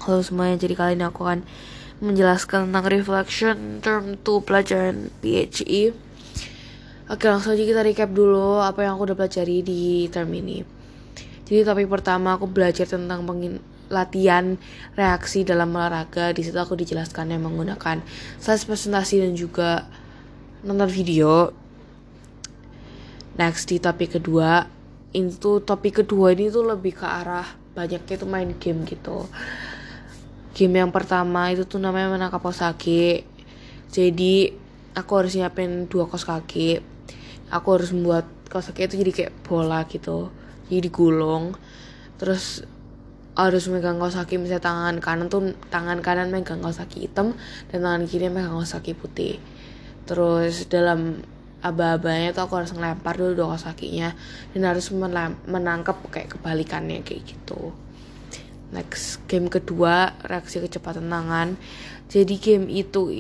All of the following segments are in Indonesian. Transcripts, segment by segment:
halo semuanya. Jadi kali ini aku akan menjelaskan tentang reflection term 2 pelajaran PHE. Oke, langsung aja kita recap dulu apa yang aku udah pelajari di term ini. Jadi topik pertama aku belajar tentang latihan reaksi dalam olahraga. Di situ aku dijelaskannya menggunakan slide presentasi dan juga nonton video. Next, di topik kedua ini tuh lebih ke arah banyaknya itu main game gitu. Game yang pertama itu tuh namanya menangkap kaos kaki. Jadi aku harus nyiapin 2 kaos kaki. Aku harus membuat kaos kaki itu jadi kayak bola gitu, jadi digulung. Terus harus megang kaos kaki, misalnya tangan kanan megang kaos kaki hitam dan tangan kiri megang kaos kaki putih. Terus dalam aba-abanya tuh aku harus ngelempar dulu 2 kaos kakinya dan harus menangkap kayak kebalikannya kayak gitu. Next, game kedua reaksi kecepatan tangan. Jadi game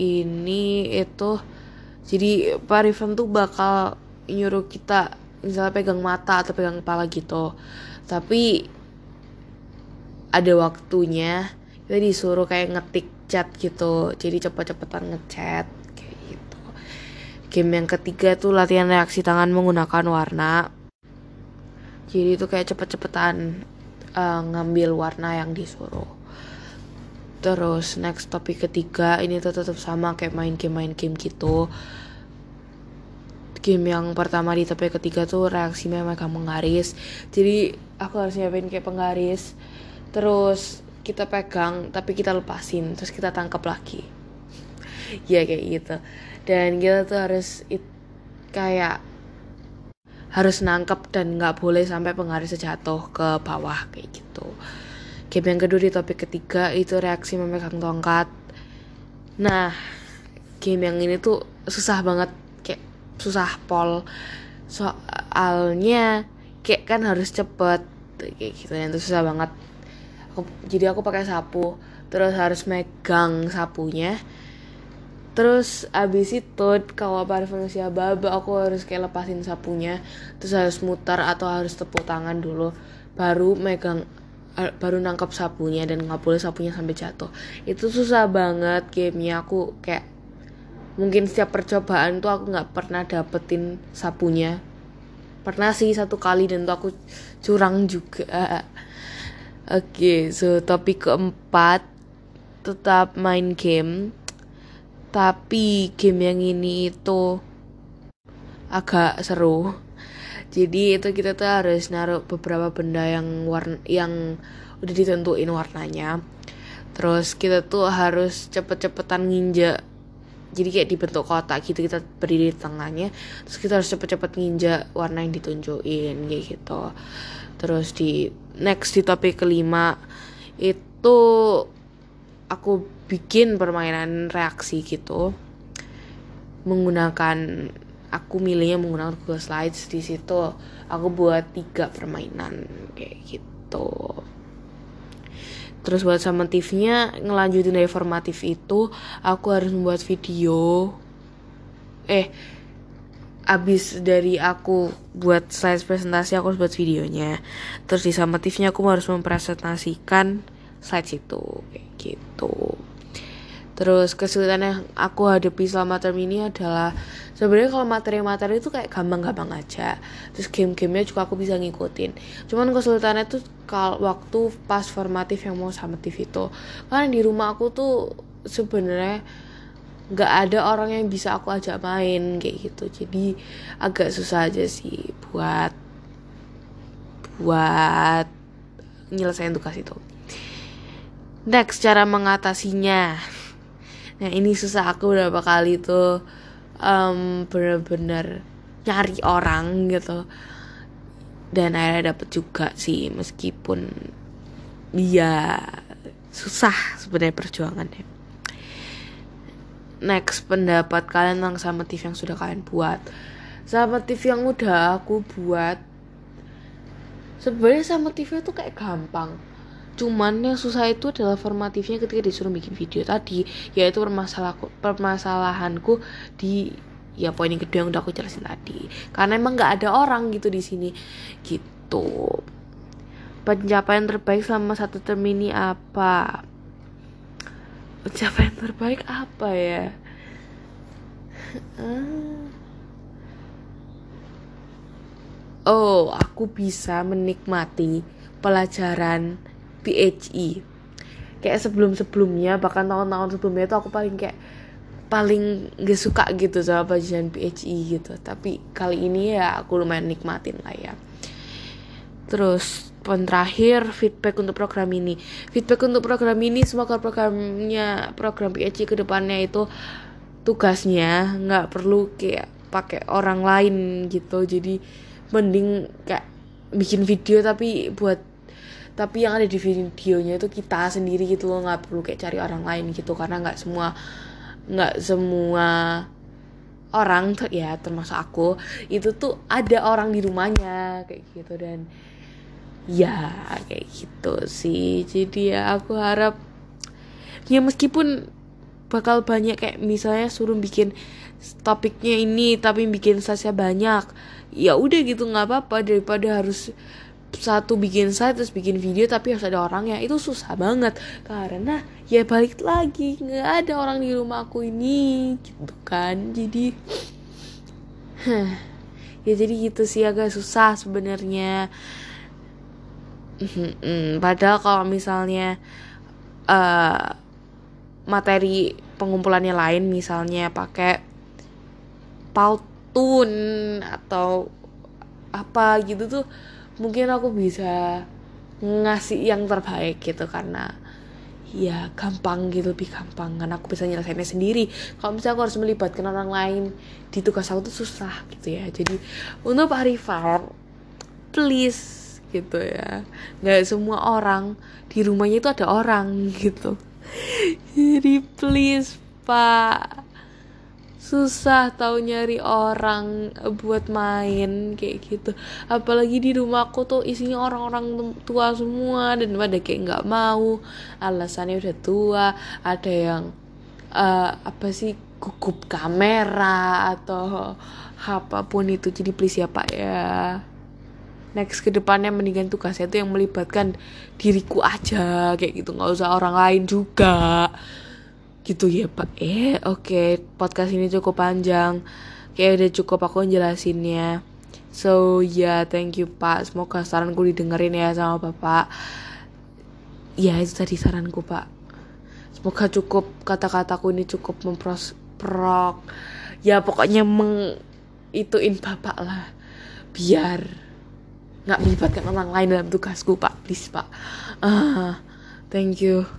jadi Pak Rifan tuh bakal nyuruh kita misalnya pegang mata atau pegang kepala gitu, tapi ada waktunya kita disuruh kayak ngetik chat gitu, jadi cepet-cepetan ngechat kayak gitu. Game yang ketiga tuh latihan reaksi tangan menggunakan warna. Jadi itu kayak cepet-cepetan ngambil warna yang disuruh. Terus next topik ketiga ini tuh tetap sama kayak main game gitu. Game yang pertama di topik ketiga tuh reaksi memegang penggaris. Jadi aku harus nyiapin kayak penggaris. Terus kita pegang tapi kita lepasin, terus kita tangkap lagi. Ya kayak gitu. Dan kita tuh harus nangkep dan nggak boleh sampai penggarisnya jatuh ke bawah kayak gitu. Game yang kedua di topik ketiga itu reaksi memegang tongkat. Nah, game yang ini tuh susah banget, kayak susah pol. Soalnya kayak kan harus cepet kayak gitu, dan itu susah banget. Jadi aku pakai sapu, terus harus megang sapunya. Terus abis itu kalau manusia baba aku harus kayak lepasin sapunya, terus harus muter atau harus tepuk tangan dulu baru nangkap sapunya dan nggak boleh sapunya sampai jatuh. Itu susah banget gamenya. Aku kayak mungkin setiap percobaan tuh aku nggak pernah dapetin sapunya. Pernah sih 1 kali dan tuh aku curang juga. Oke, so topik keempat tetap main game. Tapi game yang ini itu agak seru. Jadi itu kita tuh harus naruh beberapa benda yang udah ditentuin warnanya. Terus kita tuh harus cepet-cepetan nginjak. Jadi kayak dibentuk kotak gitu, kita berdiri di tengahnya. Terus kita harus cepet-cepet nginjak warna yang ditunjukin kayak gitu. Terus di topik kelima itu aku bikin permainan reaksi gitu. Aku milihnya menggunakan Google Slides. Di situ aku buat 3 permainan kayak gitu. Terus buat summative-nya, ngelanjutin dari formatif itu, aku harus membuat video. Abis dari aku buat slide presentasi, aku harus buat videonya. Terus di summative-nya aku harus mempresentasikan slides itu kayak gitu. Terus kesulitan yang aku hadapi selama term ini adalah sebenarnya kalau materi-materi itu kayak gampang-gampang aja. Terus game-gamenya juga aku bisa ngikutin. Cuman kesulitannya tuh kalau waktu pas formatif yang mau summative itu. Karena di rumah aku tuh sebenarnya nggak ada orang yang bisa aku ajak main kayak gitu. Jadi agak susah aja sih buat nyelesain tugas itu. Next, cara mengatasinya. Nah ini susah, aku berapa kali tuh bener-bener nyari orang gitu, dan akhirnya dapet juga sih, meskipun dia susah sebenarnya perjuangannya. Next, pendapat kalian tentang summative yang sudah kalian buat. Summative yang udah aku buat, sebenarnya summative-nya tuh kayak gampang. Cuman yang susah itu adalah formatifnya ketika disuruh bikin video tadi, yaitu permasalahanku di poin yang kedua yang udah aku jelasin tadi. Karena emang nggak ada orang gitu di sini gitu. Pencapaian terbaik selama 1 term ini apa? Pencapaian terbaik apa ya? Oh, aku bisa menikmati pelajaran PHE. Kayak sebelum-sebelumnya, bahkan tahun-tahun sebelumnya itu aku paling gak suka gitu sama pelajaran PHE gitu. Tapi kali ini ya aku lumayan nikmatin lah ya. Terus poin terakhir, feedback untuk program ini. Feedback untuk program ini, semoga program PHE ke depannya itu tugasnya nggak perlu kayak pakai orang lain gitu. Jadi mending kayak bikin video tapi yang ada di videonya itu kita sendiri gitu loh, nggak perlu kayak cari orang lain gitu, karena nggak semua orang tuh ya, termasuk aku itu tuh ada orang di rumahnya kayak gitu. Dan ya kayak gitu sih. Jadi ya aku harap ya meskipun bakal banyak kayak misalnya suruh bikin topiknya ini tapi bikin slide-nya banyak, ya udah gitu, nggak apa-apa daripada harus satu bikin slide terus bikin video tapi harus ada orangnya. Itu susah banget karena ya balik lagi nggak ada orang di rumah aku ini gitu kan. Jadi ya jadi gitu sih, agak susah sebenarnya. Padahal kalau misalnya materi pengumpulannya lain, misalnya pakai Powtoon atau apa gitu tuh, mungkin aku bisa ngasih yang terbaik gitu, karena ya gampang gitu, lebih gampang karena aku bisa nyelesainnya sendiri. Kalau misalnya aku harus melibatkan orang lain di tugas aku tuh susah gitu ya. Jadi untuk Pak Rifat, please gitu ya, nggak semua orang di rumahnya itu ada orang gitu. Jadi please Pak, susah tahu nyari orang buat main kayak gitu. Apalagi di rumahku tuh isinya orang-orang tua semua, dan pada kayak nggak mau, alasannya udah tua. Ada yang apa sih, gugup kamera atau apapun itu. Jadi please ya Pak ya, next ke depannya mendingan tugasnya itu yang melibatkan diriku aja kayak gitu, nggak usah orang lain juga gitu ya Pak. Oke, podcast ini cukup panjang, kayak udah cukup aku jelasinnya. So thank you Pak, semoga saranku didengerin ya sama Bapak. Ya itu tadi saranku Pak, semoga cukup kata-kataku ini cukup ya pokoknya ituin Bapak lah, biar nggak melibatkan orang lain dalam tugasku Pak, please Pak. Thank you.